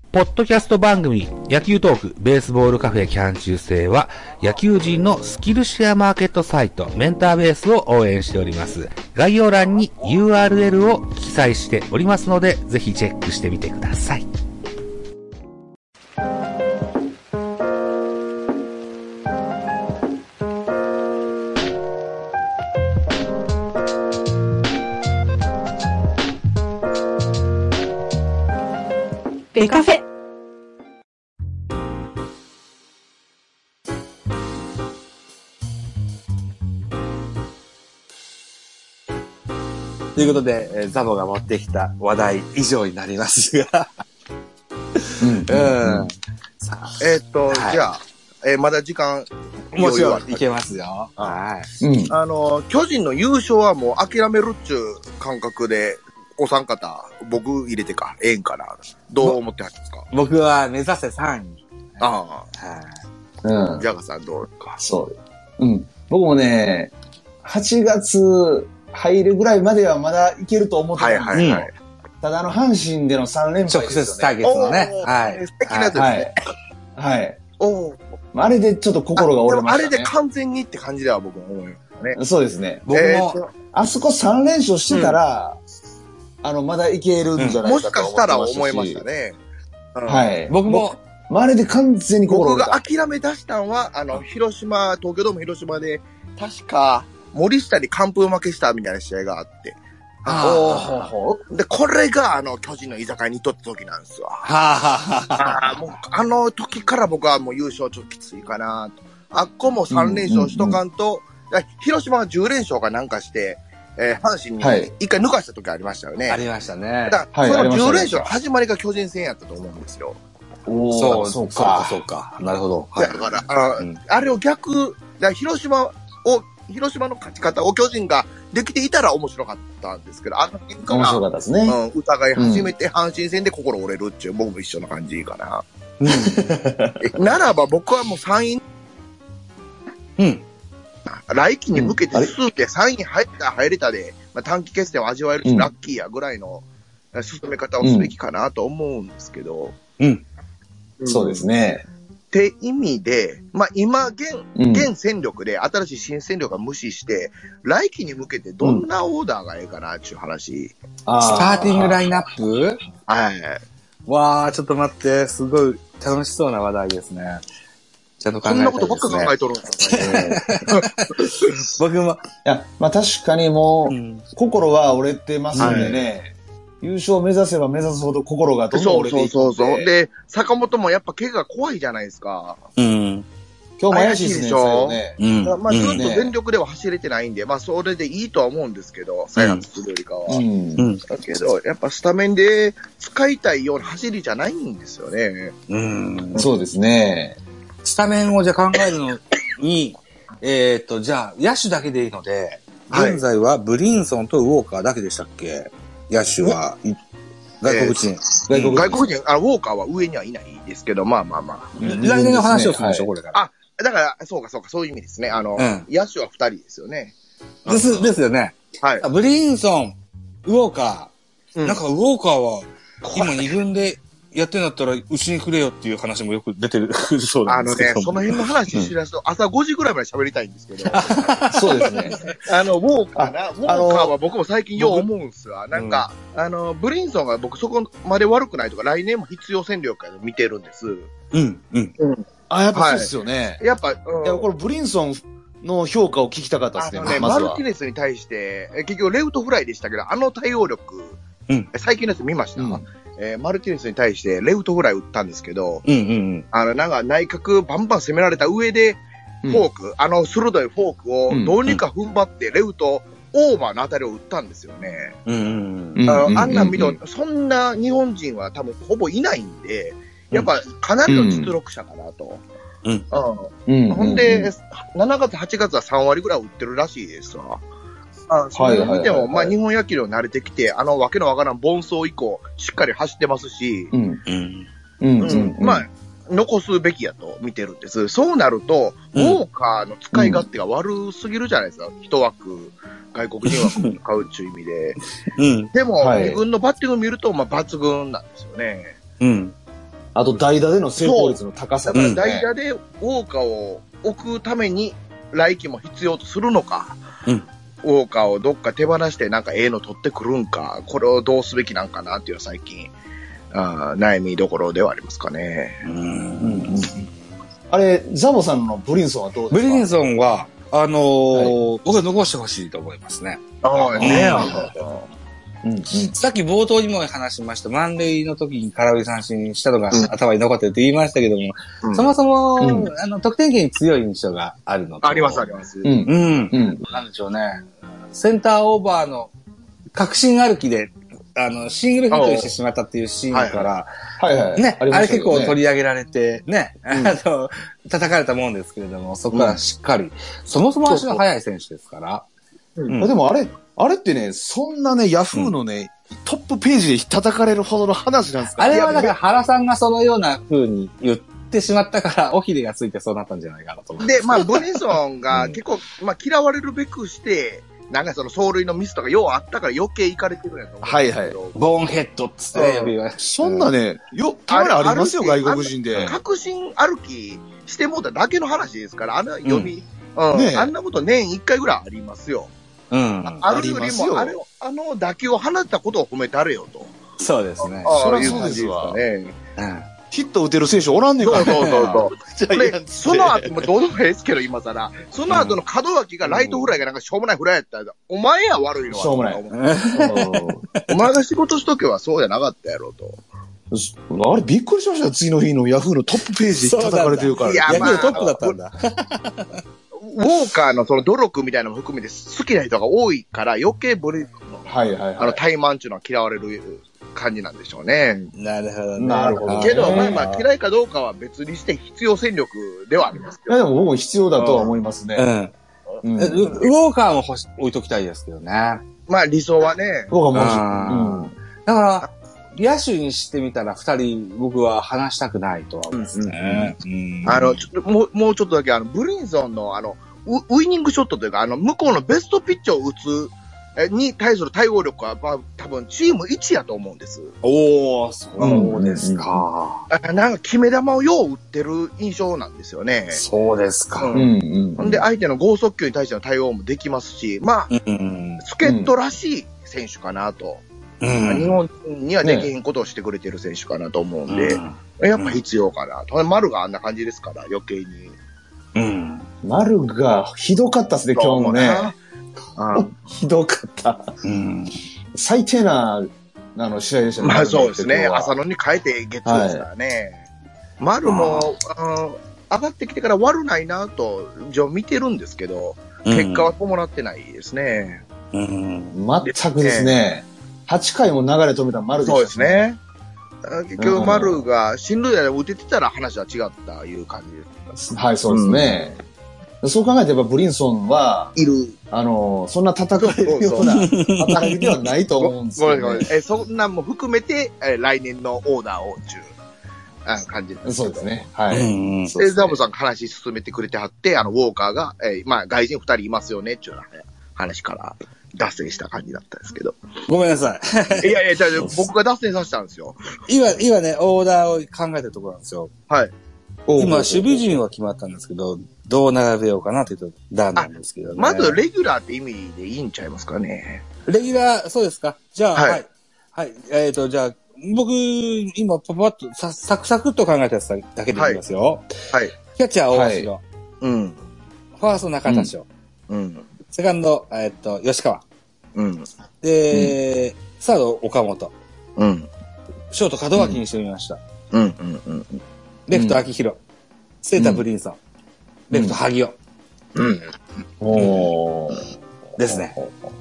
ポッドキャスト番組野球トークベースボールカフェキャン中世は野球人のスキルシェアマーケットサイトメンターベースを応援しております。概要欄に URL を記載しておりますのでぜひチェックしてみてください。 ベカフェ。 ということで、ザボが持ってきた話題以上になりますが。 さあはい、じゃあ、まだ時間、 もちろんいけますよ。 はい。巨人の優勝はもう諦めるっちゅう感覚で、お三方、僕入れてか、ええんかな。どう思ってはるんですか？ 僕は目指せ3位。 ああ。はい。ジャガさんどうか。 そう。僕もね、8月入るぐらいまではまだいけると思ってたんですよ。ただ阪神での3連敗ですよね。 直接対決のね。はい。 素敵なやつですね。 はい。あれでちょっと心が折れましたね。 あれで完全にって感じでは僕も思いますね。 そうですね。僕も、あそこ3連勝してたら、まだいけるんじゃないかと思ってましたし、 もしかしたら思いましたね。 はい。 僕も、 あれで完全に心折れた。僕が諦め出したんは、東京ドーム広島で、確か、森下に完封負けしたみたいな試合があって。で、これが巨人の居酒屋に行っとった時なんですわ。もう時から僕はもう優勝ちょっときついかなと。あっこも3連勝しとかんと、広島は10連勝かなんかして、阪神に一回抜かした時ありましたよね。 ありましたね。 だから、その10連勝の始まりが巨人戦やったと思うんですよ。 そうか。なるほど。 だから、あれを広島の勝ち方を巨人ができていたら面白かったんですけど、あの辺から、 面白かったですね。 疑い始めて、阪神戦で心折れるっていう、僕も一緒な感じかな。ならば僕はもう3位。来季に向けて数で3位に入れたで、短期決戦を味わえるし、ラッキーやぐらいの進め方をすべきかなと思うんですけど。 そうですね。 って意味で、今、現戦力で新しい新戦力が無視して、来季に向けてどんなオーダーがええかなっていう話。 スターティングラインナップ？ はい。 わー、ちょっと待って、すごい楽しそうな話題ですね。ちゃんと考えたいですね。 そんなことばっか考えとるんですね。 僕も。 いや、確かにもう、心は折れてますんでね。優勝目指せば目指すほど心がどんどん折れていく。そう。 で、坂本もやっぱ怪我怖いじゃないですか。 今日も怪しいですね。 でしょ。ずっと全力では走れてないんで、それでいいとは思うんですけど、再発するよりかは。だけど、やっぱスタメンで使いたいような走りじゃないんですよね。 そうですね。 スタメンをじゃあ考えるのに、じゃあ、野手だけでいいので、現在はブリンソンとウォーカーだけでしたっけ？野手は、外国人。 外国人、ウォーカーは上にはいないですけど、来年の話をするんでしょ、これから。 だから、そうか、そういう意味ですね。野手は2人ですよね。 ですよね。 はい。 ブリンソン、ウォーカー。なんかウォーカーは、今2軍でやってんだったら、うちにくれよっていう話もよく出てるそうなんですけど。 その辺の話しだすと、朝5時ぐらいまで喋りたいんですけど。 そうですね。 ウォーカーは僕も最近よう思うんすわ。なんか、ブリンソンが僕そこまで悪くないとか、来年も必要戦力から見てるんです。 やっぱそうですよね。 やっぱ、 これブリンソンの評価を聞きたかったですね。 マルティネスに対して、結局レフトフライでしたけど、対応力、最近のやつ見ました。マルティネスに対してレフトフライ打ったんですけど、なんか内角バンバン攻められた上で、フォーク、鋭いフォークをどうにか踏ん張ってレフトオーバーの当たりを打ったんですよね。あんなん見と、そんな日本人は多分ほぼいないんで、やっぱかなりの実力者かなと。ほんで、7月、8月は3割ぐらい打ってるらしいですわ。それを見ても、日本野球に慣れてきて、わけのわからん盆走以降、しっかり走ってますし、残すべきやと見てるんです。そうなると、ウォーカーの使い勝手が悪すぎるじゃないですか。一枠、外国人枠を買うっていう意味で。でも、自分のバッティングを見ると、抜群なんですよね。 あと代打での成功率の高さだから代打でウォーカーを置くために来季も必要とするのか、ウォーカーをどっか手放してなんかの取ってくるんか、これをどうすべきなんかなっていうのは最近、悩みどころではありますかね。 あれ、ザボさんのブリンソンはどうですか？ ブリンソンは、僕は残してほしいと思いますね。さっき冒頭にも話しました、満塁の時に空振り三振したのが頭に残ってるって言いましたけども、そもそも、得点圏に強い印象があるのと。 あります。なんでしょうね。センターオーバーの確信歩きで、シングルヒットにしてしまったっていうシーンから、ね、あれ結構取り上げられて、ね、叩かれたもんですけれども、そこからしっかり、そもそも足の速い選手ですから。 でもあれってね、そんなね、ヤフーのね、トップページで叩かれるほどの話なんですか？ あれはだから原さんがそのような風に言ってしまったから、尾ひれがついてそうなったんじゃないかなと思います。 で、ブリンソンが結構、嫌われるべくして、なんかその走塁のミスとかようあったから余計いかれてるんやと思うんですけど。 ボーンヘッドっつってね、 そんなね、たまにありますよ、外国人で。 確信歩きしてもうただけの話ですから、あの読み、あんなこと年1回ぐらいありますよ。あるよりも、あの打球を放ったことを褒めてあれよと。 そうですね。 そりゃそうですわ。ヒット打てる選手おらんねんから。 その後もどうでもいいですけど、今更。その後の門脇がライトフライがなんかしょうもないフライやったら、お前や悪いのは。 しょうもない。 お前が仕事しとけばそうじゃなかったやろと。 あれびっくりしましたよ。次の日のヤフーのトップページで叩かれてるから。 ヤフートップだったんだ。 ウォーカーのその努力みたいなのも含めて好きな人が多いから余計ブリンソンの怠慢っていうのは嫌われる感じなんでしょうね。 なるほどね。 なるほど。 けど、嫌いかどうかは別にして必要戦力ではありますけど。 いやでも僕も必要だとは思いますね。 ウォーカーも置いときたいですけどね。 理想はね。 僕はだから、野手にしてみたら二人僕は話したくないとは思うんですね。 もうちょっとだけブリンソンのウイニングショットというか向こうのベストピッチを打つに対する対応力は多分チーム1やと思うんです。 そうですか。 なんか決め球をよう打ってる印象なんですよね。 そうですか。 で相手の剛速球に対しての対応もできますし、助っ人らしい選手かなと。日本にはできへんことをしてくれてる選手かなと思うんで、やっぱ必要かなと。丸があんな感じですから余計に。 丸がひどかったですね、今日もね。ひどかった。最低な、試合でしたね。 そうですね。浅野に変えて月曜ですからね。丸も、上がってきてから悪ないなと、見てるんですけど、結果は伴ってないですね。 全くですね。8回も流れ止めた丸でした。 そうですね。結局丸が進塁打で打ててたら話は違ったいう感じです。 はい、そうですね。そう考えてやっぱブリンソンは、そんな叩かれるような働きではないと思うんですよ、ね。 ごめん。そんなんも含めて、来年のオーダーを感じです。 そうですね。はい。 で、ザボさんが話進めてくれてはって、ウォーカーが、外人2人いますよね、っていう話から脱線した感じだったんですけど。 ごめんなさい。いや、僕が脱線させたんですよ。 今ね、オーダーを考えてるところなんですよ。 はい。 今、守備陣は決まったんですけど、どう並べようかなっていうと、段なんですけどね。 まず、レギュラーって意味でいいんちゃいますかね。 レギュラー、そうですか。じゃあ、はい。じゃあ、僕、今、パパッと、サクサクっと考えたやつだけでいきますよ。 はい。 キャッチャー、大城。 ファースト、中田翔。セカンド、吉川。で、サード、岡本。ショート、門脇にしてみました。レフト、秋広。センター、ブリンソン。レフト、萩尾。ですね。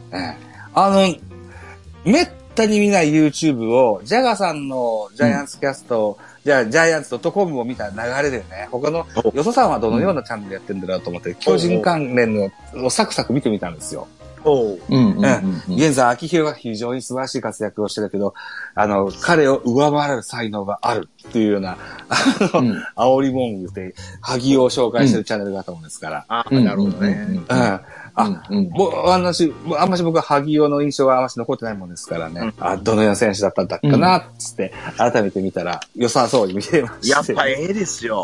めったに見ない YouTube を、ジャガさんのジャイアンツキャスト、ジャイアンツ.com を見た流れでね、他のよそさんはどのようなチャンネルやってんだろうと思って、巨人関連のをサクサク見てみたんですよ。現在、秋広が非常に素晴らしい活躍をしてるけど、彼を上回る才能があるっていうような、煽り文句で、萩尾を紹介してるチャンネルだと思うんですから。 なるほどね。 もうあんまし僕は萩尾の印象があんまし残ってないもんですからね。どのような選手だったんだっけかな、つって、改めて見たら良さそうに見えました。 やっぱですよ。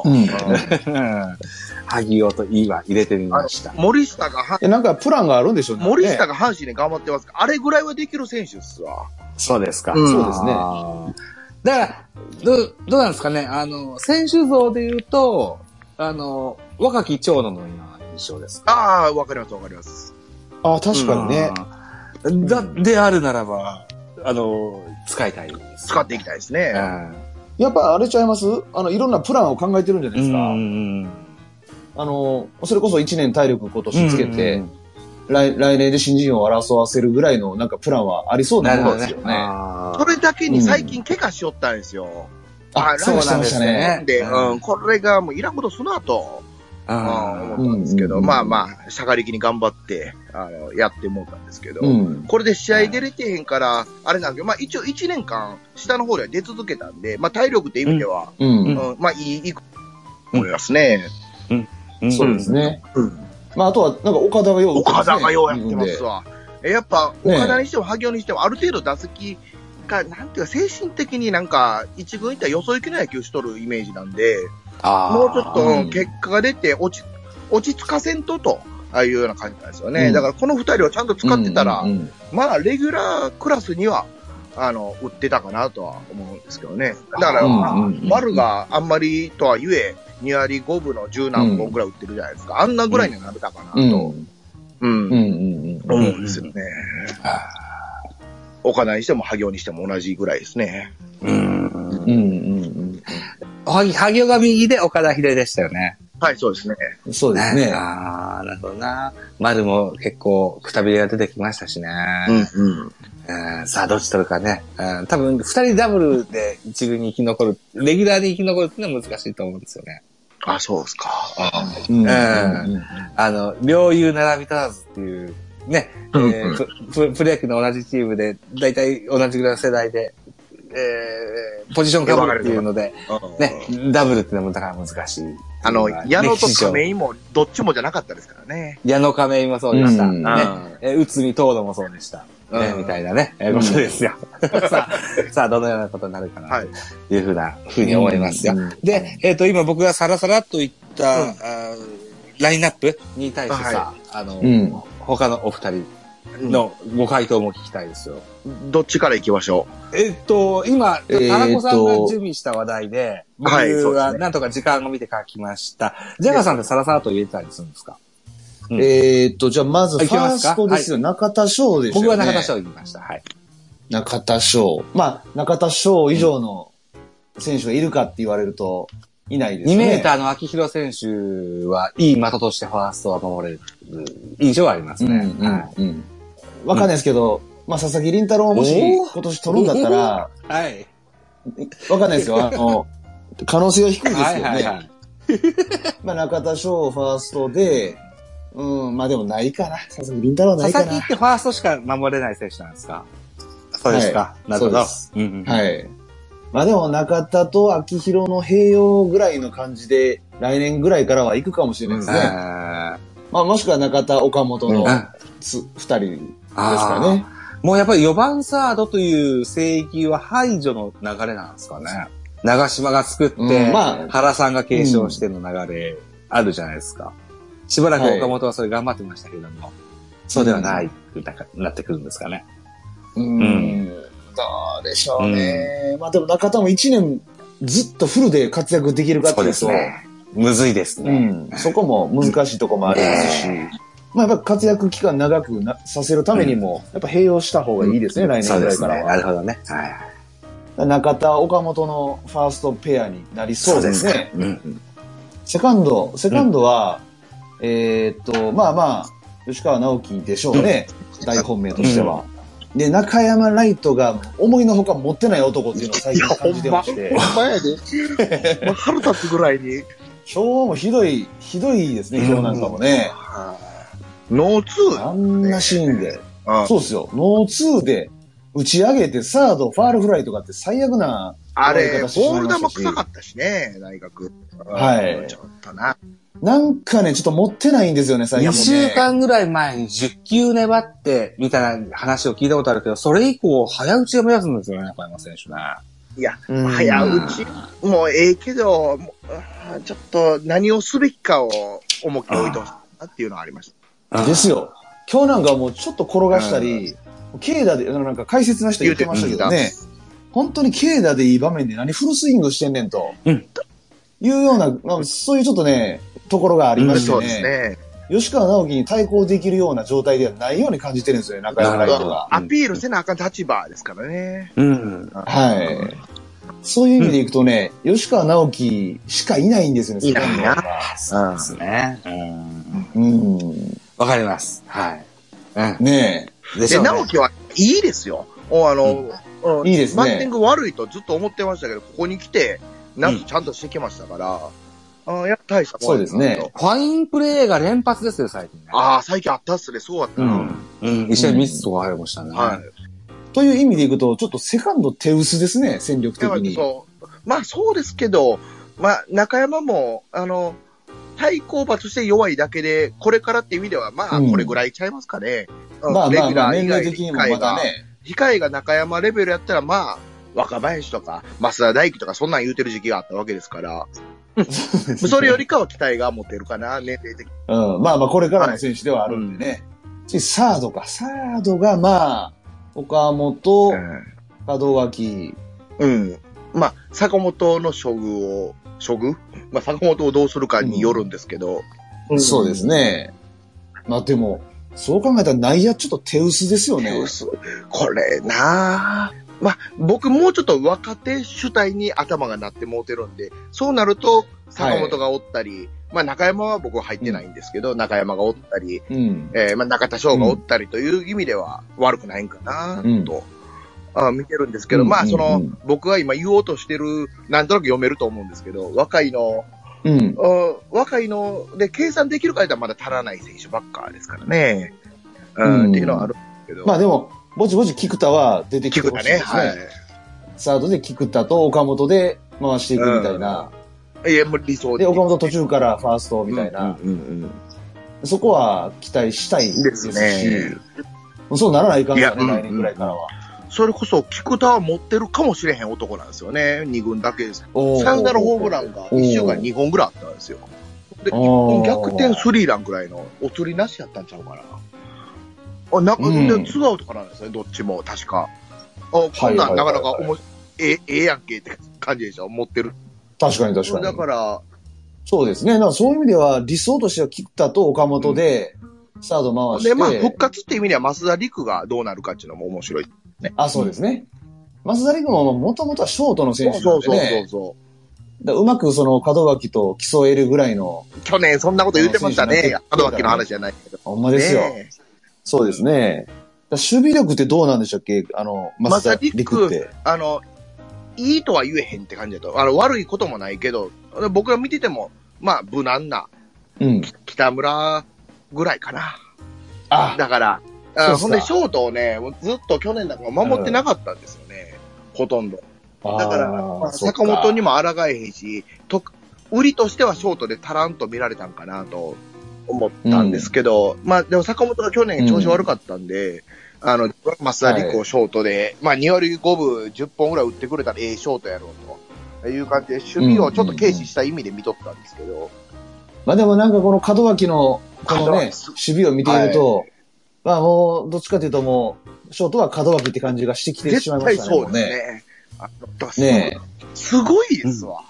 萩尾といいわ、入れてみました。 森下がなんかプランがあるんでしょうね。 森下が阪神で頑張ってますから、あれぐらいはできる選手っすわ。 そうですか。 そうですね。 だから、どうなんですかね。選手像で言うと、若き長野のような印象ですか。 わかります。 確かにね。 であるならば、使いたいです。 使っていきたいですね。 やっぱあれちゃいます？いろんなプランを考えてるんじゃないですか。それこそ1年体力今年つけて、来年で新人王を争わせるぐらいのなんかプランはありそうなものですよね。 それだけに最近怪我しよったんですよ。 そうなんですね。 で、これがもういらんことすなと、思ったんですけど、まあ、しゃがりきに頑張って、やってもうたんですけど、これで試合出れてへんから、あれなんですけど、まあ一応1年間、下の方では出続けたんで、まあ体力って意味では、まあいい、思いますね。 そうですね。まああとは、なんか岡田がようやってますわ。やっぱ、岡田にしても萩尾にしても、ある程度打席が、なんていうか、精神的になんか、一軍いったらよそ行きの野球しとるイメージなんで、もうちょっと結果が出て落ち着かせんと、ああいうような感じなんですよね。だからこの二人をちゃんと使ってたら、まあ、レギュラークラスには、売ってたかなとは思うんですけどね。だから、丸があんまりとはゆえ、2割5分の10何本ぐらい売ってるじゃないですか。あんなぐらいにはなれたかなと、思うんですよね。岡田にしても萩尾にしても同じぐらいですね。 萩尾が右で岡田左でしたよね。 はい、そうですね。 そうですね。 なるほどな。丸も結構くたびれが出てきましたしね。さあ、どっち取るかね。多分、二人ダブルで一軍に生き残る、レギュラーで生き残るっていうのは難しいと思うんですよね。 そうですか。 両雄並び足らずっていう、ね、プロ野球の同じチームで、だいたい同じぐらいの世代で、ポジションかぶるっていうので、ね、ダブルっていうのもだから難しい。 矢野と亀井もどっちもじゃなかったですからね。 矢野亀井もそうでした。ね、内海東野もそうでした。みたいなね、ことですよ。さあ、どのようなことになるかな、というふうに思いますよ。で、今僕がさらさらっと言った、ラインナップに対してさ、他のお二人のご回答も聞きたいですよ。 どっちから行きましょう。今、田中さんが準備した話題で、僕はなんとか時間を見て書きました。ジャガーさんってさらさらっと入れてたりするんですか？ じゃあまずファーストですよ。中田翔でしたよね。 僕は中田翔言いました。はい。 中田翔。まあ、中田翔以上の選手がいるかって言われると、いないですね。 2メーターの秋広選手はいい的としてファーストは守れる印象はありますね。 わかんないですけど、まあ、佐々木麟太郎もし今年取るんだったら、 はい。 わかんないですよ。可能性は低いですよね。まあ、中田翔ファーストで、まあでもないかな。佐々木麟太郎はないかな。 佐々木ってファーストしか守れない選手なんですか？そうですか。なるほど。はい。 まあでも中田と秋広の併用ぐらいの感じで、来年ぐらいからは行くかもしれないですね。まあもしくは中田、岡本の二人ですかね。 もうやっぱり4番サードという聖域は排除の流れなんですかね。長島が作って、原さんが継承しての流れあるじゃないですか。しばらく岡本はそれ頑張ってましたけれども、そうではない、なってくるんですかね。 どうでしょうね。まあでも中田も1年ずっとフルで活躍できるかっていうと。そうですね。 むずいですね。 そこも難しいとこもありますし。まあやっぱ活躍期間長くさせるためにも、やっぱ併用した方がいいですね、来年ぐらいからは。 なるほどね。 中田、岡本のファーストペアになりそうですね。セカンドは、まあまあ、吉川直樹でしょうね。大本命としては。で、中山ライトが思いのほか持ってない男っていうのを最近感じてまして。 ほんまやで。腹立つぐらいに。 今日もひどいですね、今日なんかもね。 ノーツーあんなシーンで。そうですよ。ノーツーで、 打ち上げてサード、ファールフライとかって最悪な。 あれ、ボール球臭かったしね、内角。 はい。 ちょっとな。 なんかね、ちょっと持ってないんですよね、最近、 ね。2週間ぐらい前に10球粘って、みたいな話を聞いたことあるけど、それ以降、早打ちが目立つんですよね、中山選手ね。 いや、早打ちもええけど、ちょっと何をすべきかを重きを置いてほしいなっていうのはありました。 ですよ。今日なんかもうちょっと転がしたり、軽打で、なんか解説の人言ってましたけどね。本当に軽打でいい場面で何フルスイングしてんねんと。いうような、そういうちょっとね、ところがありましてね。そうですね。吉川直樹に対抗できるような状態ではないように感じてるんですよね、中山ライトが。 アピールせなあかん立場ですからね。 はい。そういう意味でいくとね、吉川直樹しかいないんですよね、 いないな。そうですね。わかります。はい。 ねえ。で、直樹はいいですよ。 いいですね。 バッティング悪いとずっと思ってましたけど、ここに来て、夏ちゃんとしてきましたから、やっぱ大したそうですね。 ファインプレーが連発ですよ、最近ね。 最近あったっすね、そうだったな。 一緒にミスとか入りましたね。 はい。 という意味でいくと、ちょっとセカンド手薄ですね、戦力的に。 まあそうですけど、中山も、対抗馬として弱いだけで、これからっていう意味では、これぐらいちゃいますかね。 年齢的にもまだね。 控えが中山レベルやったら、若林とか、増田大輝とか、そんなん言うてる時期があったわけですから、それよりかは期待が持てるかな、年齢的に。 これからの選手ではあるんでね。サードか。サードが、岡本、門脇。 坂本の処遇坂本をどうするかによるんですけど。 そうですね。でも、そう考えたら内野ちょっと手薄ですよね。 手薄。これなぁ。僕もうちょっと若手主体に頭がなってもうてるんで、そうなると、坂本がおったり、中山は僕は入ってないんですけど、中山がおったり、中田翔がおったりという意味では悪くないんかなと、見てるんですけど、僕が今言おうとしてる、なんとなく読めると思うんですけど、若いので計算できるか言ったらまだ足らない選手ばっかですからね。っていうのはあるんですけど。 でも、ぼちぼち菊田は出てきてほしいですね。はい。サードで菊田と岡本で回していくみたいな。 もう理想で、岡本途中からファーストみたいな。そこは期待したいですし、そうならないかんからね、来年ぐらいからは。 それこそ、菊田は持ってるかもしれへん男なんですよね。2軍だけです。サンダルホームランが1週間2本ぐらいあったんですよ。で、1本逆転スリーランぐらいのお釣りなしやったんちゃうかな。で、2アウトからなんですね、どっちも、確か。こんなんなかなかええやんけって感じでしょ、持ってる。 確かに確かに。 だから、 そうですね。そういう意味では、理想としては菊田と岡本で、サード回して。 で、復活っていう意味では、増田陸がどうなるかっていうのも面白い。ね。 そうですね。増田陸ももともとはショートの選手なんでね。うまく門脇と競えるぐらいの。 去年そんなこと言ってましたね。門脇の話じゃないけど。 ほんまですよ。そうですね。守備力ってどうなんでしたっけ増田陸って。 いいとは言えへんって感じだと。悪いこともないけど、僕が見てても、無難な、北村ぐらいかな。だから、ほんで、ショートをね、ずっと去年なんか守ってなかったんですよね。ほとんど。だから、坂本にも抗えへんし、売りとしてはショートでタランと見られたんかなと思ったんですけど、でも坂本が去年調子悪かったんで、増田陸をショートで、2割5分10本ぐらい打ってくれたらショートやろうという感じで、守備をちょっと軽視した意味で見とったんですけど。 でもなんかこの門脇の、このね、守備を見ていると、もう、どっちかというともう、ショートは門脇って感じがしてきてしまいましたね。 そうですね。ねすごいですわ。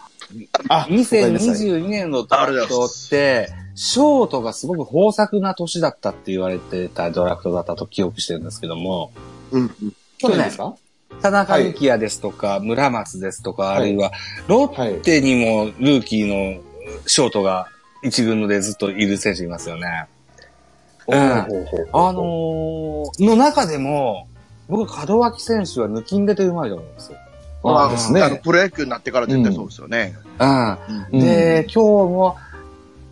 2022年のドラフトって、ショートがすごく豊作な年だったって言われてたドラフトだったと記憶してるんですけども、 去年ですか？ 田中幸也ですとか、村松ですとか、あるいは、ロッテにもルーキーのショートが一軍でずっといる選手いますよね。の中でも、僕、門脇選手は抜きん出てうまいと思うんですよ。 ですね。プロ野球になってから絶対そうですよね。 で、今日も、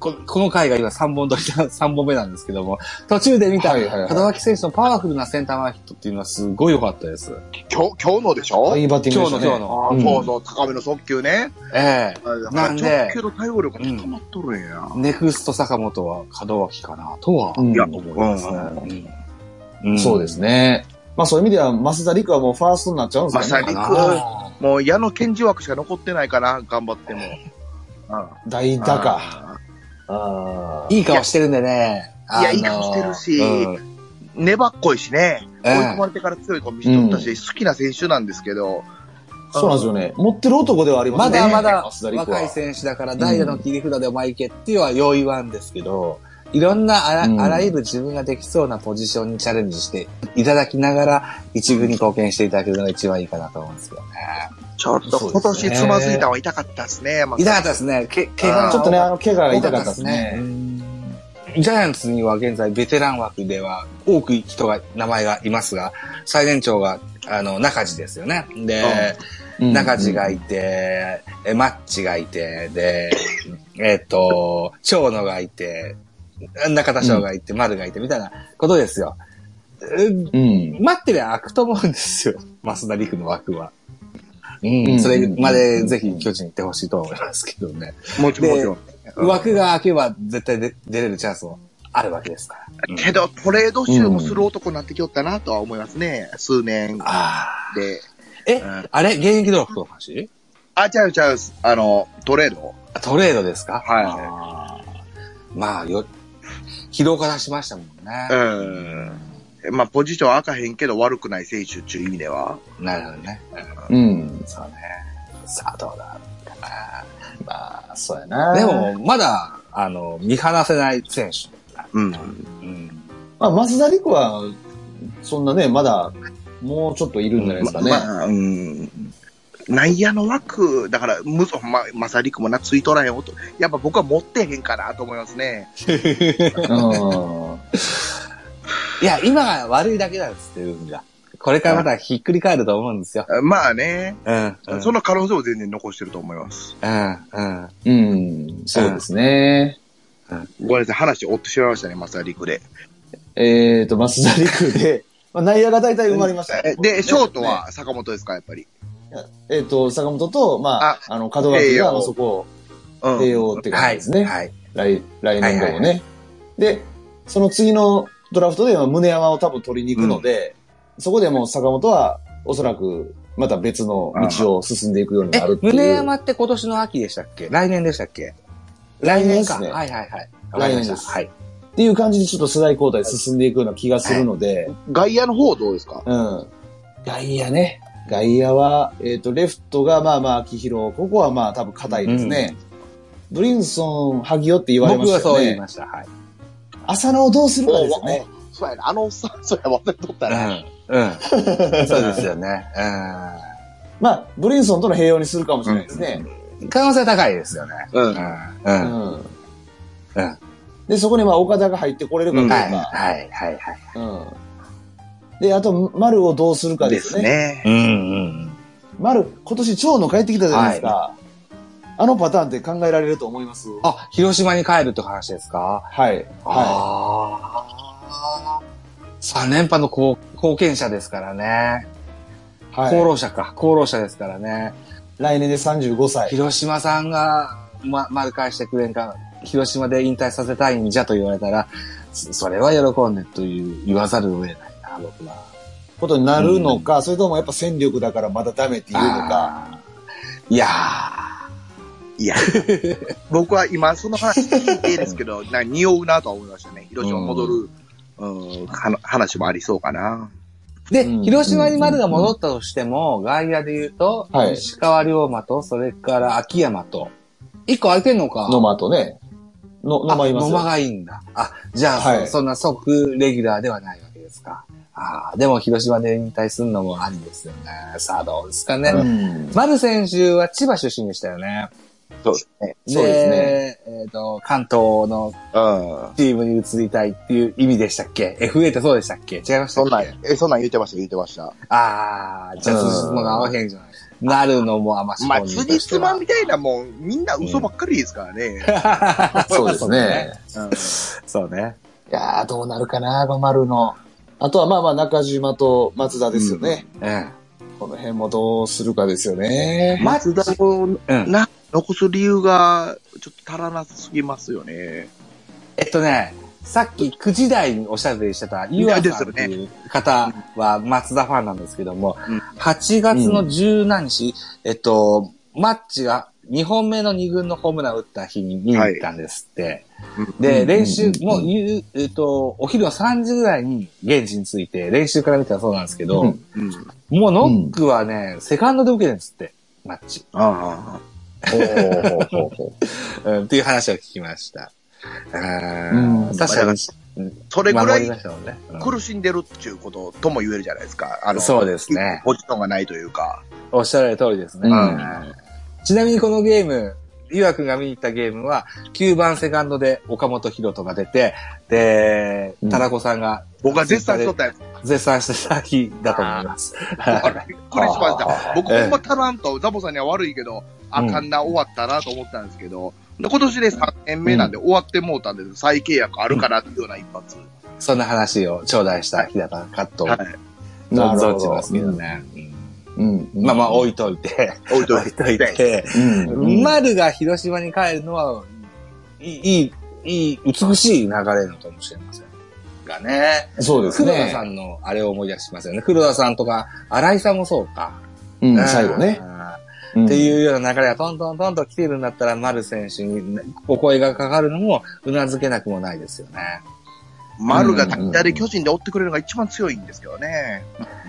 この回が今3本目なんですけども、途中で見た門脇選手のパワフルなセンター前ヒットっていうのはすごい良かったです。 今日のでしょ？ いいバッティングでしたね。 今日の。そう、高めの速球ね。 なんで、 直球の対応力が高まっとるんや。 ネクスト坂本は門脇かなとは思いますね。 そうですね。まあそういう意味では、増田陸はもうファーストになっちゃうんですかね。 増田陸、もう矢野健二枠しか残ってないかな、頑張っても。 代打か。 いい顔してるんでね。 いや、いい顔してるし、粘っこいしね。追い込まれてから強いと見せとったし、好きな選手なんですけど。 そうなんですよね。持ってる男ではありますね。 まだ若い選手だから代打の切り札でお前行けっていうのはよう言わんですけど、いろんなあらゆる自分ができそうなポジションにチャレンジしていただきながら一軍に貢献していただけるのが一番いいかなと思うんですけどね。 ちょっと今年つまずいたのは痛かったですね。 痛かったですね。怪我ちょっとね、怪我が痛かったですね。 ジャイアンツには現在ベテラン枠では多く名前がいますが、最年長が中地ですよね。で、中地がいて、マッチがいて、で、長野がいて、中田翔がいて、丸がいて、みたいなことですよ。待ってりゃ開くと思うんですよ。増田陸の枠は。それまでぜひ巨人行ってほしいと思いますけどね。 もちろん。 枠が開けば絶対出れるチャンスもあるわけですから。 けど、トレード集もする男になってきよったなとは思いますね。数年で。 あれ現役ドラフトの話？ 違う。トレード。 トレードですか？ はい。 まあ、疲労からしましたもんね。 まあ、ポジションは開かへんけど悪くない選手っていう意味では。 なるほどね。 そうね。 さあ、どうだかな。 まあ、そうやな。 でも、まだ、見放せない選手。 まあ、増田陸は、そんなね、まだ、もうちょっといるんじゃないですかね。 内野の枠、だから、正陸もな、ついとらへん音、やっぱ僕は持ってへんかなと思いますね。 いや、今が悪いだけなんですっていう意味が。これからまたひっくり返ると思うんですよ。 まあね。その可能性を全然残してると思います。 そうですね。 ごめんなさい、話追ってしまいましたね、増田陸で。 増田陸で、内野が大体埋まりました。 で、ショートは坂本ですか、やっぱり。 坂本と、門脇がそこを併用って感じですね。はい。来年度もね。で、その次のドラフトでは宗山を多分取りに行くので、そこでもう坂本はおそらくまた別の道を進んでいくようになるっていう。 宗山って今年の秋でしたっけ？来年でしたっけ？ 来年ですね。 はい。 来年です。はい。っていう感じでちょっと世代交代進んでいくような気がするので。 外野の方どうですか？ 外野ね。外野は、レフトが秋広。ここは多分硬いですね。ブリンソン、萩尾って言われましたよね。 僕はそう言いました。はい。 浅野をどうするかですよね。 そうやね。おっさん、それ忘れとったね。 そうですよね。 ブリンソンとの併用にするかもしれないですね。 可能性高いですよね。 で、そこに岡田が入ってこれるかどうか。 はい。 で、あと、丸をどうするかですね。丸、今年長野帰ってきたじゃないですか。あのパターンって考えられると思います？ 広島に帰るって話ですか？ はい。 3連覇の貢献者ですからね。功労者ですからね。 来年で35歳。 広島さんが、丸返してくれんか、広島で引退させたいんじゃと言われたら、それは喜んでと言わざるを得ないな、僕は。 ことになるのか、それともやっぱ戦力だからまだダメって言うのか。 いや、僕は今その話聞いてですけど、匂うなとは思いましたね。広島戻る、話もありそうかな。 で、広島に丸が戻ったとしても、外野で言うと、石川龍馬と、それから秋山と、1個空いてんのか。 野間とね。野間いますよ。 野間がいいんだ。じゃあ、そんな即レギュラーではないわけですか。でも広島で引退するのもありですよね。さあ、どうですかね。丸選手は千葉出身でしたよね。 そうですね。 そうですね。 関東のチームに移りたいっていう意味でしたっけ？ FA ってそうでしたっけ？違いましたっけ？ そんなん言ってました。 じゃあ、辻褄が合わへんじゃない。 なるのも甘しまあ、辻褄みたいなもん、みんな嘘ばっかりですからね。 そうですね。 そうね。 いやー、どうなるかな、丸の。あとはまあまあ、中島と松田ですよね。この辺もどうするかですよね。 松田を、残す理由が、ちょっと足らなすぎますよね。 さっき9時台におしゃべりしてた、岩さんっていう方は松田ファンなんですけども、8月の10何日、マッチが2本目の2軍のホームランを打った日に見に行ったんですって。で、練習、もう、お昼の3時ぐらいに現地に着いて、練習から見たらそうなんですけど、もうノックはね、セカンドで受けてるんですって、マッチ。っていう話を聞きました。確かに。 それぐらい苦しんでるっていうこととも言えるじゃないですか。 そうですね。 ポジションがないというか。 おっしゃられる通りですね。ちなみにこのゲーム、ゆわくんが見に行ったゲームは、9番セカンドで岡本博人が出て、で、タラコさんが、 僕が絶賛しとったやつ。 絶賛してた日だと思います。 びっくりしました。僕ほんまタランとザボさんには悪いけど、あかんな、終わったなと思ったんですけど、今年で3年目なんで終わってもうたんで、再契約あるかなっていうような一発。 そんな話を頂戴した日だったかと、存じますけどね。まあまあ置いといて。丸が広島に帰るのは、美しい流れなのかもしれませんがね。 そうですね。 黒田さんのあれを思い出しますよね。黒田さんとか、新井さんもそうか。 最後ね。 っていうような流れがトントントンと来ているんだったら、丸選手にお声がかかるのも、頷けなくもないですよね。 丸が左巨人で追ってくれるのが一番強いんですけどね。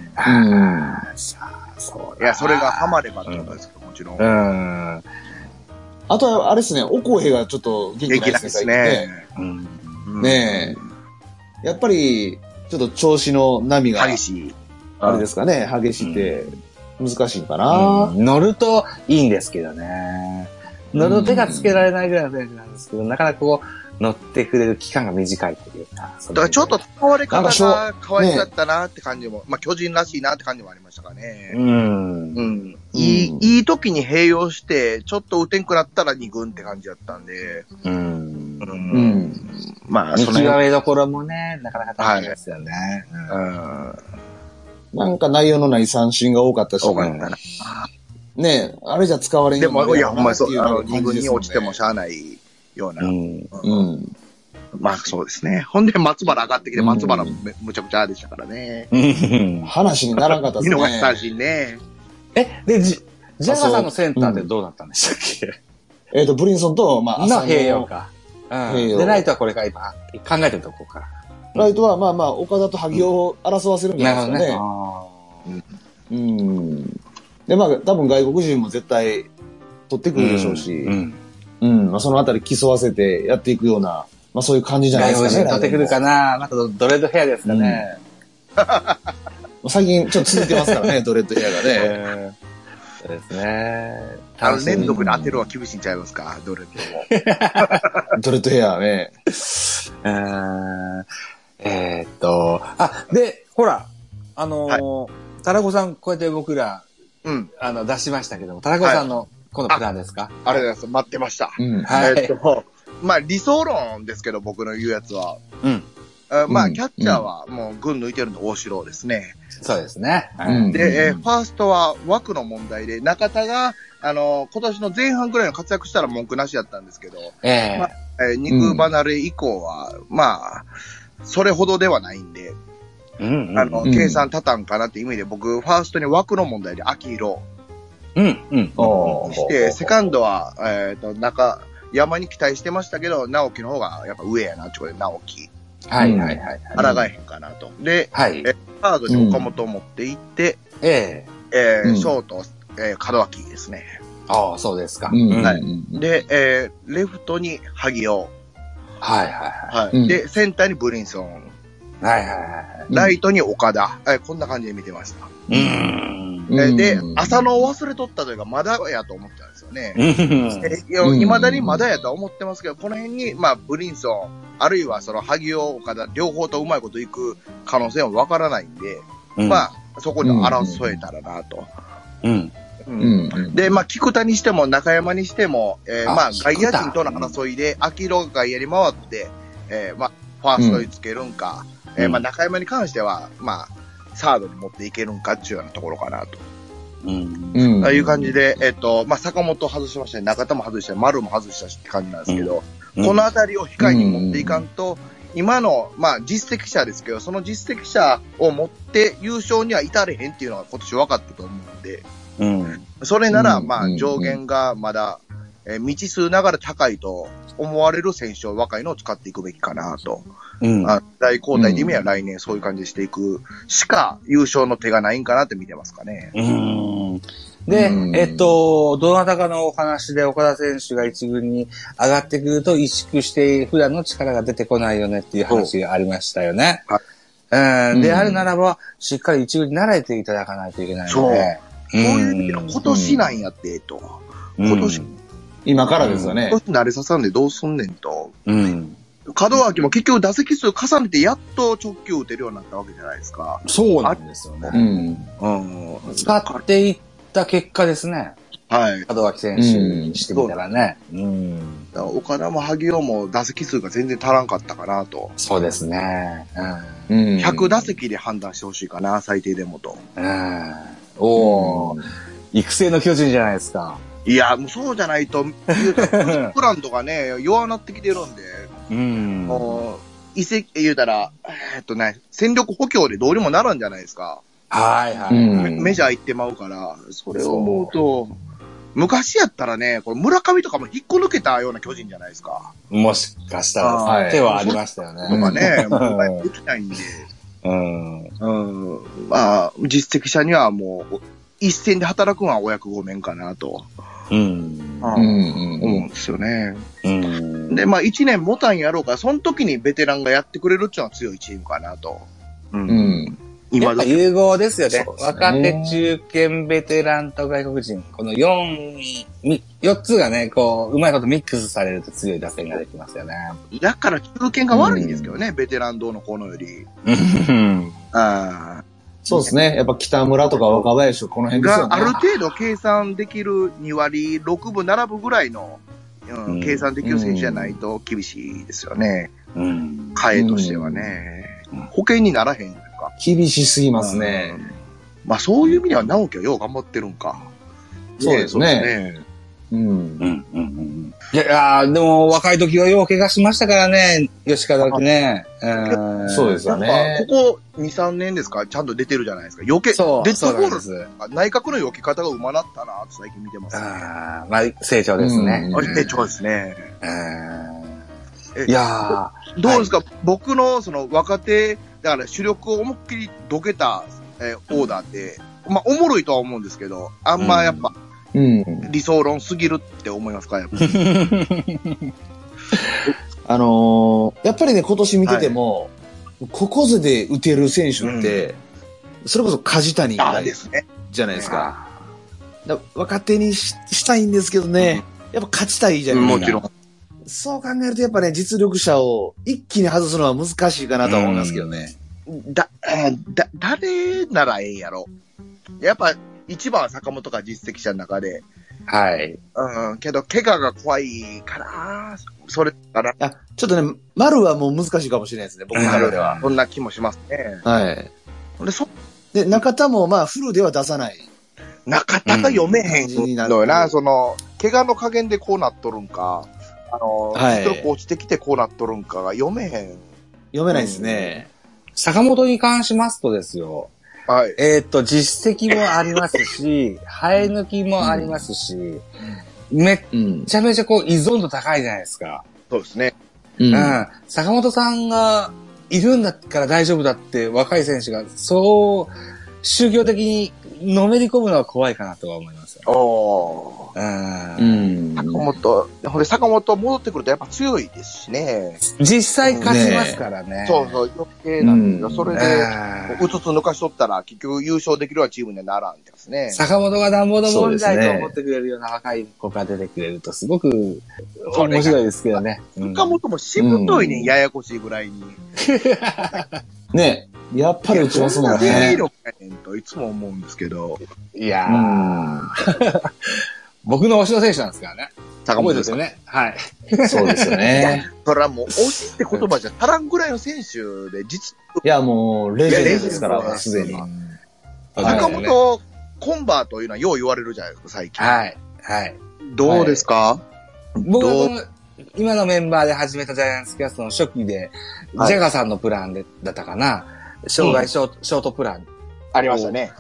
いや、それがハマればってことですけど、もちろん。 あとは、あれですね、オコエがちょっと元気ないですね。ねえ。やっぱり、ちょっと調子の波が。 激しい。 あれですかね、激しくて、難しいかな。 乗るといいんですけどね。乗ると手がつけられないぐらいの選手なんですけど、なかなかこう、乗ってくれる期間が短いというか。 だからちょっと使われ方が可愛かったなって感じも、まあ巨人らしいなって感じもありましたかね。いい時に併用して、ちょっと打てんくなったら2軍って感じだったんで。 まあ、見極めどころもね、なかなか大変ですよね。 なんか内容のない三振が多かったし。ねえ、あれじゃ使われんような。でも、いや、ほんまにそう、2軍に落ちてもしゃあないような。まあそうですね。ほんで松原上がってきて、松原むちゃくちゃでしたからね。 話にならんかったですね。 見逃し三振ね。 で、ジャガさんのセンターってどうなったんでしたっけ？ ブリンソンと、まあ、 の併用か。で、ライトはこれから今、考えてるとこから。 ライトは、まあまあ、岡田と萩尾を争わせるんじゃないですかね。で、まあ、多分外国人も絶対取ってくるでしょうし、まあ、そのあたり競わせてやっていくような、まあそういう感じじゃないですかね。 外国人取ってくるかな。またドレッドヘアですかね。 最近ちょっと続いてますからね、ドレッドヘアがね。 そうですね。 連続で当てるは厳しいんちゃいますか、ドレッドも。 ドレッドヘアね。 で、ほら、タラコさん、こうやって僕ら、出しましたけども、タラコさんの、このプランですか？ ありがとうございます。待ってました。まあ理想論ですけど、僕の言うやつは。まあ、キャッチャーはもう群抜いてるの大城ですね。 そうですね。 で、ファーストは枠の問題で、中田が、今年の前半ぐらいの活躍したら文句なしだったんですけど、肉離れ以降は、まあ、それほどではないんで、計算立たんかなっていう意味で、僕、ファーストに枠の問題で秋広。して、セカンドは、山に期待してましたけど、直樹の方がやっぱ上やなってことで、直樹。抗えへんかなと。で、サードに岡本を持っていって、ショート、門脇ですね。 ああ、そうですか。 で、レフトに萩尾。で、センターにブリンソン。ライトに岡田。こんな感じで見てました。で、浅野を忘れとったというか、まだやと思ってたんですよね。未だにまだやとは思ってますけど、この辺に、まあ、ブリンソン、あるいはその萩尾、岡田、両方とうまいこといく可能性はわからないんで、まあ、そこに争えたらなと。 で、まあ、菊田にしても中山にしても、まあ、外野陣との争いで、秋広が外野に回って、まあ、ファーストにつけるんか、まあ、中山に関しては、まあ、サードに持っていけるんかっていうようなところかなと。ああいう感じで、まあ、坂本外しましたね、中田も外したし、丸も外したしって感じなんですけど、このあたりを控えに持っていかんと、今の、まあ、実績者ですけど、その実績者を持って優勝には至れへんっていうのが今年分かったと思うんで、それなら、まあ、上限がまだ、未知数ながら高いと思われる選手を若いのを使っていくべきかなと。大交代で意味は来年そういう感じでしていくしか優勝の手がないんかなって見てますかね。 で、どなたかのお話で岡田選手が一軍に上がってくると萎縮して普段の力が出てこないよねっていう話がありましたよね。であるならば、しっかり一軍に慣れていただかないといけないので。 そういう意味では今年なんやって、今年。 今からですよね。 今年慣れささんでどうすんねんと。門脇も結局打席数重ねてやっと直球打てるようになったわけじゃないですか。 そうなんですよね。使っていった結果ですね。 はい。 門脇選手にしてみたらね。 岡田も萩尾も打席数が全然足らんかったかなと。 そうですね。 100打席で判断してほしいかな、最低でもと。 育成の巨人じゃないですか。 いや、もうそうじゃないと、プランとかね、弱なってきてるんで、もう、移籍、言うたら、戦力補強でどうにもなるんじゃないですか。メジャー行ってまうから、それを思うと、昔やったらね、これ村上とかも引っこ抜けたような巨人じゃないですか。 もしかしたら、手はありましたよね。 とかね、もうできないんで。まあ、実績者にはもう、一戦で働くのはお役御免かなと。思うんですよね。で、まあ一年持たんやろうから、その時にベテランがやってくれるっていうのは強いチームかなと。 今だ融合ですよね。若手、中堅、ベテランと外国人。この4つがね、こう、うまいことミックスされると強い打線ができますよね。 だから中堅が悪いんですけどね、ベテランどうのこうのより。 そうですね。やっぱ北村とか若林とかこの辺ですよね。 ある程度計算できる2割6分7分ぐらいの、計算できる選手じゃないと厳しいですよね。替えとしてはね。保険にならへんか。 厳しすぎますね。 まあそういう意味では直樹はよう頑張ってるんか。 そうですね。 いや、でも若い時はよう怪我しましたからね、吉川君ね。 そうですよね。 ここ2、3年ですか、ちゃんと出てるじゃないですか。デッドボール、内角の避け方がうまなったなって最近見てますね。 まあ、成長ですね。 成長ですね。 いやどうですか、僕のその若手、だから主力を思いっきりどけた、オーダーって、まあおもろいとは思うんですけど、あんまやっぱ、理想論すぎるって思いますか、やっぱり。 やっぱりね、今年見てても、ここぞで打てる選手って、それこそ梶谷ぐらいじゃないですか。若手にしたいんですけどね、やっぱ勝ちたいじゃないですか。もちろん。そう考えるとやっぱね、実力者を一気に外すのは難しいかなと思いますけどね。 誰ならええんやろ。やっぱ、一番は坂本が実績者の中で。けど、怪我が怖いから、それから。 ちょっとね、丸はもう難しいかもしれないですね、僕の中では。 そんな気もしますね。 で、中田もまあ、フルでは出さない。 中田が読めへんのよな、その、怪我の加減でこうなっとるんか。実力落ちてきてこうなっとるんかが読めへん。 読めないですね。 坂本に関しますとですよ。実績もありますし、生え抜きもありますし、めっちゃめちゃこう依存度高いじゃないですか。 そうですね。 坂本さんがいるんだから大丈夫だって若い選手が、そう宗教的にのめり込むのは怖いかなとは思いますよ。 坂本戻ってくるとやっぱ強いですしね。 実際勝ちますからね。 そうそう、余計なんですよ。それで、うつつ抜かしとったら結局優勝できるチームにはならんですね。 坂本がなんぼの問題と思ってくれるような若い子が出てくれるとすごく面白いですけどね。 坂本もしぶといね、ややこしいぐらいに。 ねやっぱり打ちますもんね。 いいのかねんといつも思うんですけど。 いやー。僕の推しの選手なんですからね。 坂本ですよね。はい。 そうですよね。 それはもう、推しって言葉じゃ足らんぐらいの選手で、 いや、もう、レジェンドですから、すでに。 坂本コンバーというのはよう言われるじゃないですか、最近。 はい。はい。 どうですか？ 僕は今のメンバーで始めたジャイアンツキャストの初期で、ジャガさんのプランで、だったかな。障害ショートプラン。 ありましたね。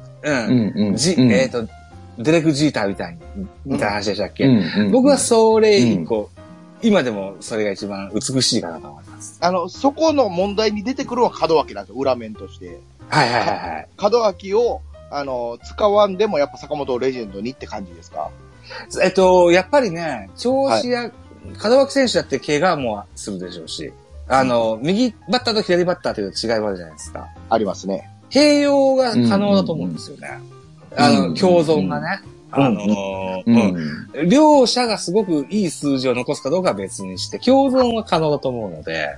デレク・ジーターみたいな話でしたっけ？僕はそれ以降、今でもそれが一番美しいかなと思います。 そこの問題に出てくるのは門脇なんですよ、裏面として。 はいはいはい。 門脇を、使わんでもやっぱ坂本をレジェンドにって感じですか？ やっぱりね、調子や、門脇選手だって怪我もするでしょうし、右バッターと左バッターという違いもあるじゃないですか。 ありますね。 併用が可能だと思うんですよね。共存がね。両者がすごくいい数字を残すかどうかは別にして、共存は可能だと思うので、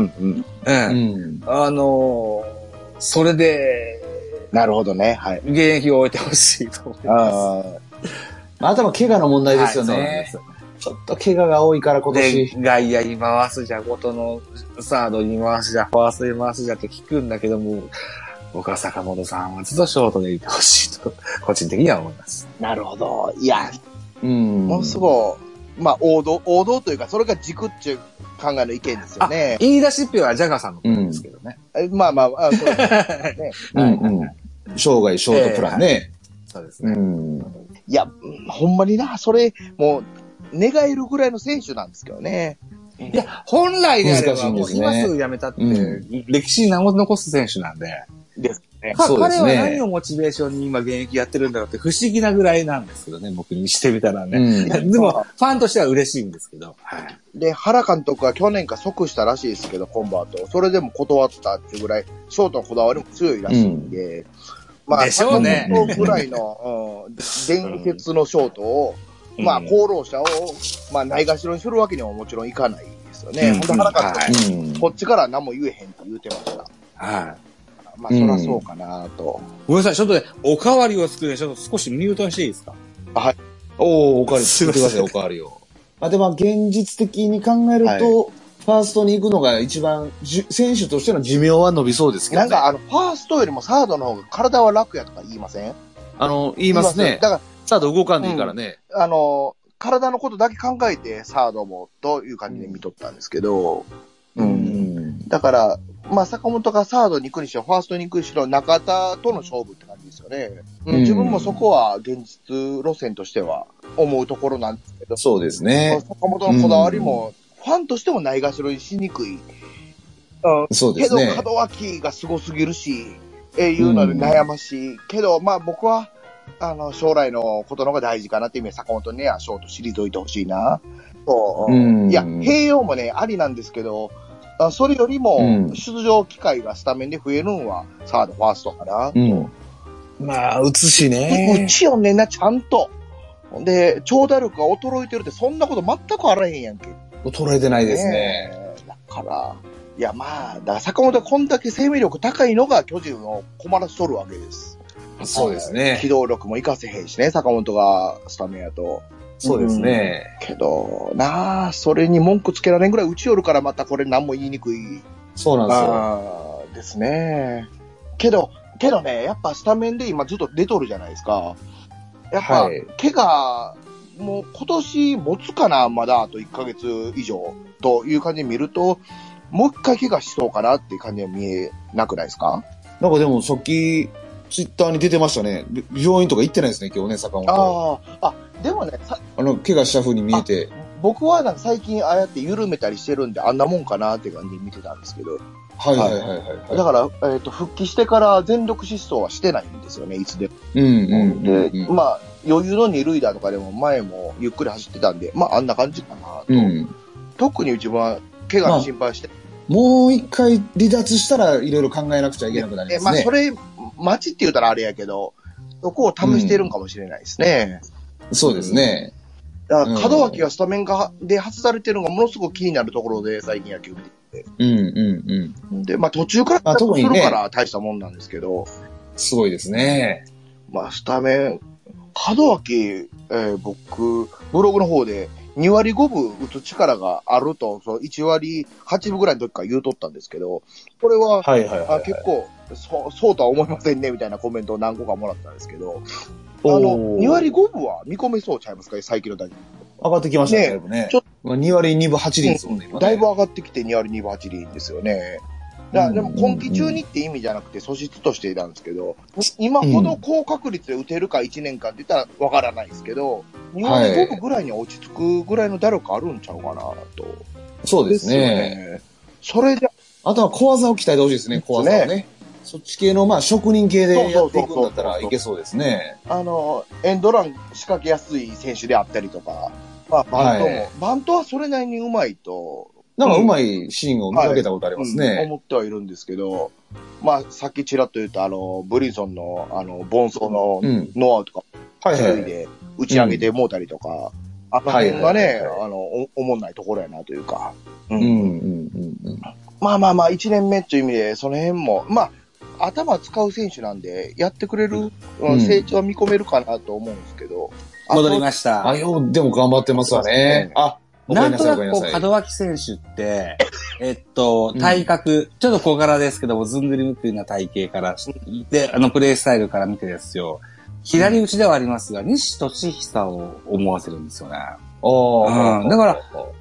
それで、 なるほどね。はい。 現役を終えてほしいと思います。 あとは怪我の問題ですよね。ちょっと怪我が多いから今年。 外野に回すじゃ、元のサードに回すじゃ、ファーストに回すじゃって聞くんだけども、僕は坂本さんはずっとショートでいてほしいと、個人的には思います。 なるほど。いや、ものすごい、まあ、王道というか、それが軸っていう考えの意見ですよね。 言い出しっぺはジャガーさんのことですけどね。 まあまあ、そうですね。 生涯ショートプランね。 そうですね。 いや、ほんまにな、それ、もう、願えるぐらいの選手なんですけどね。 いや、本来であれば、もう今すぐ辞めたって、歴史に名を残す選手なんで。 ですね。 彼は何をモチベーションに今現役やってるんだろうって不思議なぐらいなんですけどね、僕にしてみたらね。でも、ファンとしては嬉しいんですけど。 で、原監督は去年か即したらしいですけど、コンバート。それでも断ったっていうぐらい、ショートのこだわりも強いらしいんで。まあ、 でしょうね。 坂本ぐらいの、伝説のショートを、まあ、功労者を、まあ、ないがしろにするわけにはもちろんいかないですよね。ほんと原監督、こっちから何も言えへんって言ってました。 はい。 まあ、そらそうかなと。 ごめんなさい、ちょっとね、おかわりを作るでちょっと少しミュートにしていいですか？ はい。 おかわり作ってください、おかわりを。まあ、でも、現実的に考えると、ファーストに行くのが一番、選手としての寿命は伸びそうですけどね。 なんか、ファーストよりもサードの方が体は楽やとか言いません？ 言いますね。だから、サード動かんでいいからね。 体のことだけ考えて、サードも、という感じで見とったんですけど、だから、まあ、坂本がサードに行くにしろ、ファーストに行くにしろ、中田との勝負って感じですよね。自分もそこは現実路線としては思うところなんですけど。 そうですね。 坂本のこだわりも、ファンとしてもないがしろにしにくい。 そうですね。 けど、門脇がすごすぎるし、いうので悩ましい。けど、まあ僕は、将来のことの方が大事かなっていう意味で坂本にはショート退いてほしいな。いや、併用もね、ありなんですけど、それよりも、出場機会がスタメンで増えるんは、サード、ファーストかな。 まあ、打つしね。 打ちよねんな、ちゃんと。で、長打力が衰えてるって、そんなこと全くあらへんやんけ。 衰えてないですね。 だから、いや、まあ、だから坂本はこんだけ生命力高いのが巨人を困らせとるわけです。 そうですね。 機動力も活かせへんしね、坂本がスタメンやと。 そうですね。 けど、なあ、それに文句つけられんぐらい打ち寄るからまたこれ何も言いにくい。 そうなんですよ。 ですね。けどね、やっぱスタメンで今ずっと出とるじゃないですか。やっぱ、怪我、もう今年持つかな、まだあと1ヶ月以上という感じで見ると、もう一回怪我しそうかなっていう感じは見えなくないですか？ なんかでもさっき、ツイッターに出てましたね。病院とか行ってないですね、今日ね、坂本。 でもね、 怪我した風に見えて。 僕はなんか最近ああやって緩めたりしてるんで、あんなもんかなって感じで見てたんですけど。だから、復帰してから全力疾走はしてないんですよね、いつでも。で、まあ、余裕の二塁打とかでも前もゆっくり走ってたんで、まあ、あんな感じかなと。特に自分は怪我の心配して。 もう一回離脱したらいろいろ考えなくちゃいけなくなりますね。 まあ、それ、待ちって言うたらあれやけど、そこを試してるんかもしれないですね。 そうですね。 だから門脇がスタメンで外されてるのがものすごく気になるところで、最近野球見て。 で、まあ途中からするから大したもんなんですけど。 すごいですね。 まあスタメン、門脇、僕、ブログの方で2割5分打つ力があると、そう1割8分ぐらいの時から言うとったんですけど、これは、結構、そうとは思いませんね、みたいなコメントを何個かもらったんですけど、2割5分は見込めそうちゃいますか、最近の打撃。 上がってきましたね、だいぶね。2割2分8厘ですもんね、 だいぶ上がってきて2割2分8厘ですよね。でも今季中にって意味じゃなくて素質としていたんですけど、今ほど高確率で打てるか1年間って言ったらわからないですけど、2割5分ぐらいに落ち着くぐらいの打力あるんちゃうかなと。 そうですね。 それで、 あとは小技を鍛えてほしいですね、小技をね。そっち系の、まあ、職人系でやっていくんだったらいけそうですね。 エンドラン仕掛けやすい選手であったりとか、まあ、バントも、バントはそれなりにうまいと、 なんかうまいシーンを見かけたことありますね。 思ってはいるんですけど、まあ、さっきちらっと言ったブリンソンの、盆走のノーアウトか、一人で打ち上げてもうたりとか、あの辺がね、おもんないところやなというか。まあまあまあ、1年目っていう意味で、その辺も、まあ、頭使う選手なんで、やってくれる、成長は見込めるかなと思うんですけど。 戻りました。 でも頑張ってますわね。 なんとなく門脇選手って、体格、ちょっと小柄ですけども、ずんぐりむっくりな体型からして、プレイスタイルから見てですよ。左打ちではありますが、西俊久を思わせるんですよね。だから、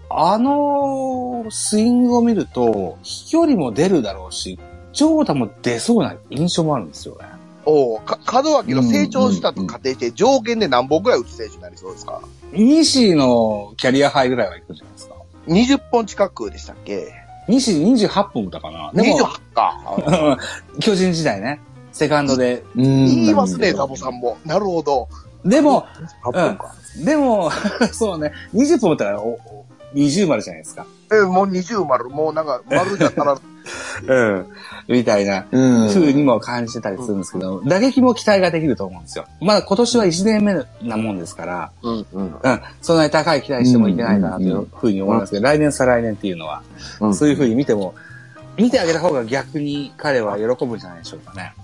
スイングを見ると、飛距離も出るだろうし、長打も出そうな印象もあるんですよね。 門脇の成長したと仮定して、上限で何本ぐらい打つ選手になりそうですか？ 西のキャリアハイぐらいはいくんじゃないですか。 20本近くでしたっけ？ 西28本打ったかな。 28か。 巨人時代ね。セカンドで。 言いますね、ザボさんも。なるほど。 でも、でも、そうね、20本打ったら、20丸じゃないですか。 もう20丸、もうなんか、丸じゃったら。 みたいな、風にも感じてたりするんですけど、打撃も期待ができると思うんですよ。まだ今年は1年目なもんですから、そんなに高い期待してもいけないかなというふうに思いますけど、来年再来年っていうのは、そういうふうに見てあげた方が逆に彼は喜ぶんじゃないでしょうかね。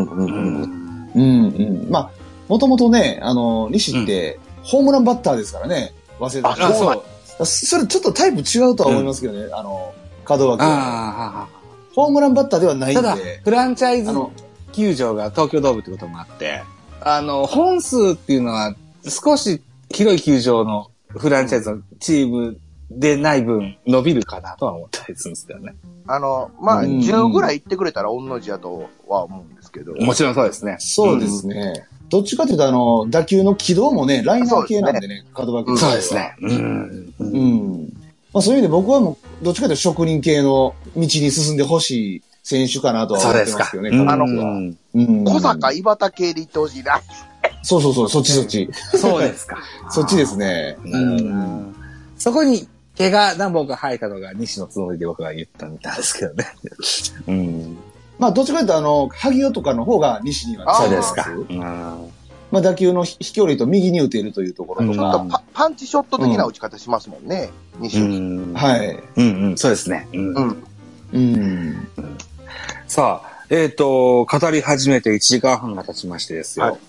まあ、もともとね、西って、ホームランバッターですからね、早稲田。そう。それちょっとタイプ違うとは思いますけどね、門脇は。ホームランバッターではないんで。 ただ、フランチャイズ球場が東京ドームってこともあって、本数っていうのは少し広い球場のフランチャイズのチームでない分伸びるかなとは思ったりするんですけどね。 まあ、10ぐらい行ってくれたら同じやとは思うんですけど。 もちろんそうですね。 そうですね。どっちかというと打球の軌道もね、ライナー系なんでね、門脇。 そうですね。 まあそういう意味で僕はもう、どっちかというと職人系の道に進んでほしい選手かなとは思ってますけどね、 小坂、井端系で行ってほしいな。 そう、そっち。 そうですか。 そっちですね。 そこに毛が何本か生えたのが西のつもりで僕は言ったみたいですけどね。 まあどっちかというと萩尾とかの方が西には。 そうですか。 まあ打球の飛距離と右に打てるというところとか。 パンチショット的な打ち方しますもんね、西はい。 そうですね。さあ、語り始めて1時間半が経ちましてですよ。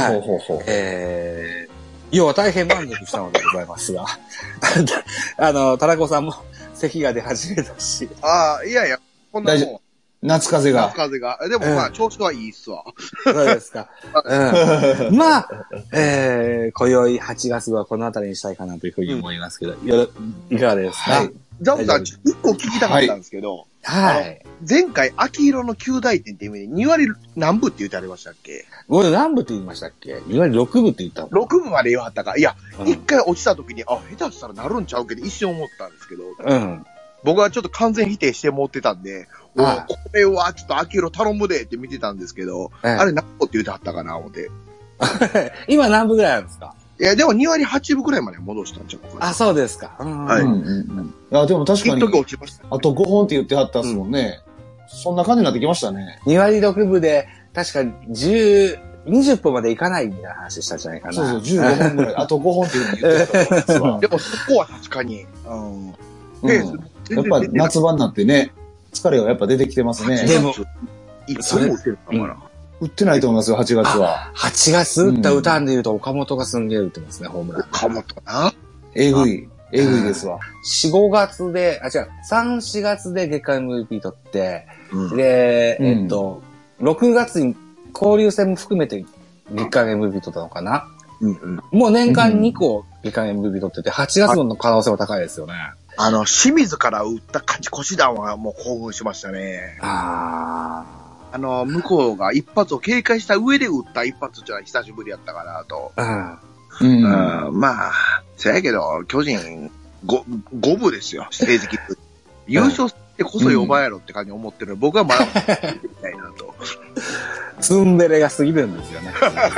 要は大変満足したのでございますが、田中さんも咳が出始めたし。 いやいや、こんなもん。 夏風が。 でもまあ、調子はいいっすわ。 そうですか。まあ、今宵8月はこのあたりにしたいかなというふうに思いますけど、いかがですか？ ザボさん、一個聞きたかったんですけど、前回、秋色の9大点っていう意味で2割何分って言ってありましたっけ？ 俺何分って言いましたっけ？ 2 割6分って言ったの？ 6 分まで言わはったか。いや、一回落ちた時に、下手したらなるんちゃうけど一瞬思ったんですけど、僕はちょっと完全否定して持ってたんで、これはちょっと秋色頼むでって見てたんですけど、あれ何歩って言ってはったかな、思って。 今何分ぐらいあるんですか？ いや、でも2割8分くらいまで戻したんちゃうかな。 そうですか。 でも確かに、 落ちました、 あと5本って言ってはったっすもんね。そんな感じになってきましたね。 2割6分で、確か20本までいかないみたいな話したんじゃないかな。 そう、15本ぐらい。あと5本っていうふうに言ってたんですわ。 でもそこは確かに、ペースやっぱ夏場になってね、疲れがやっぱ出てきてますね。 でも、 それ売ってるのかな、 売ってないと思いますよ、8月は。 8月打った歌で言うと、岡本がすんげえ打ってますね、ホームラン。 岡本な。 えぐいですわ。 4、5月で、3、4月で月間 MVP 取って、で、6月に交流戦も含めて月間 MVP 取ったのかな。もう年間2個月間 MVP 取ってて、8月の可能性は高いですよね。 清水から打った勝ち越し弾はもう興奮しましたね。向こうが一発を警戒した上で打った一発っていうのは久しぶりやったかなと。まあ、そやけど、巨人5部ですよ、成績。優勝してこそ4番やろって感じに思ってる。僕はまだ、みたいなと。 ツンデレが過ぎるんですよね。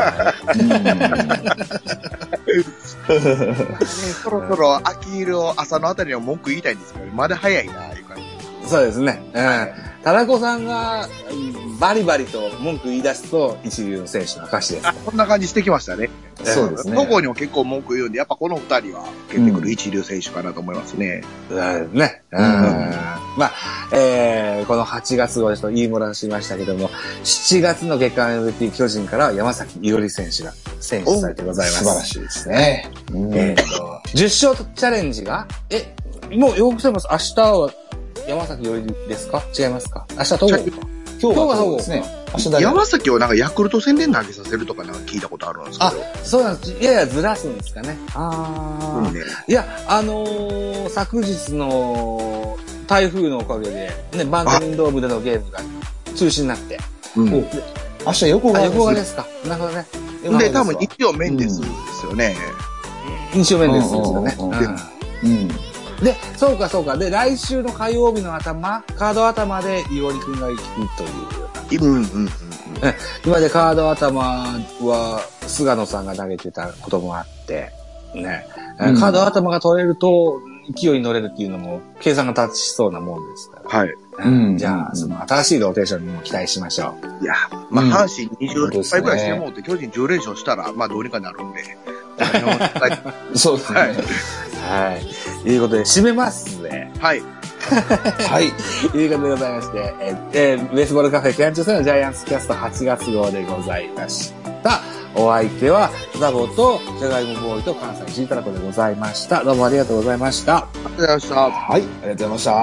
そろそろ秋色朝のあたりの文句言いたいんですけど、まだ早いな、いう感じ。 そうですね。田中さんがバリバリと文句言い出すと一流の選手の証です。 こんな感じしてきましたね。 そうですね。 どこにも結構文句言うんで、やっぱこの二人は出てくる一流選手かなと思いますね。 ね。まあ、この8月をちょっと言い漏らしましたけども、7月の月間 MVP 巨人から山崎伊織選手が選出されてございます。 素晴らしいですね。 10勝チャレンジが、もうよく来てます。明日は山崎伊織ですか？違いますか？明日東郷か。 今日はそうですね。 山崎をなんかヤクルト戦で投げさせるとかなんか聞いたことあるんですけど。 そうなんです。ややずらすんですかね。いや、昨日の台風のおかげで、ね、バンテリンドームでのゲームが中止になって。 明日横川ですか。なるほどね。 で、多分一応メンデスですよね。 一応メンデスですよね。で、そうか。で、来週の火曜日の頭、カード頭で伊織くんが行くという。今までカード頭は、菅野さんが投げてたこともあって、ね。カード頭が取れると、勢いに乗れるっていうのも、計算が立ちそうなもんですから。 はい。 じゃあ、その新しいローテーションにも期待しましょう。 いや、まあ、阪神20敗ぐらいしてもって、巨人10連勝したら、まあ、どうにかなるんで。 そうですね。 はい。ということで、締めますね。 はい。 はい。 ということでございまして、ベースボールカフェキャン中戦のジャイアンツキャスト8月号でございました。お相手は、ザボと、ジャガイモボーイと関西シータラコでございました。どうもありがとうございました。 ありがとうございました。 はい。ありがとうございました。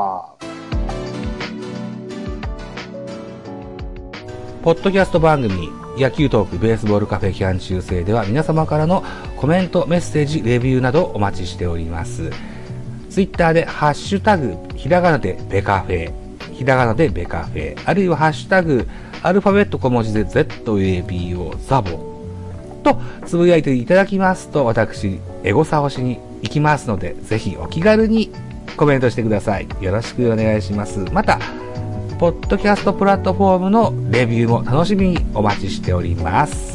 ポッドキャスト番組、野球トークベースボールカフェ期間中制では皆様からのコメント、メッセージ、レビューなどお待ちしております。ツイッターでハッシュタグ、ひらがなでベカフェ、ひらがなでベカフェ、あるいはハッシュタグ、アルファベット小文字で ZABO ザボとつぶやいていただきますと、私、エゴサをしに行きますので、ぜひお気軽にコメントしてください。よろしくお願いします。また、ポッドキャストプラットフォームのレビューも楽しみにお待ちしております。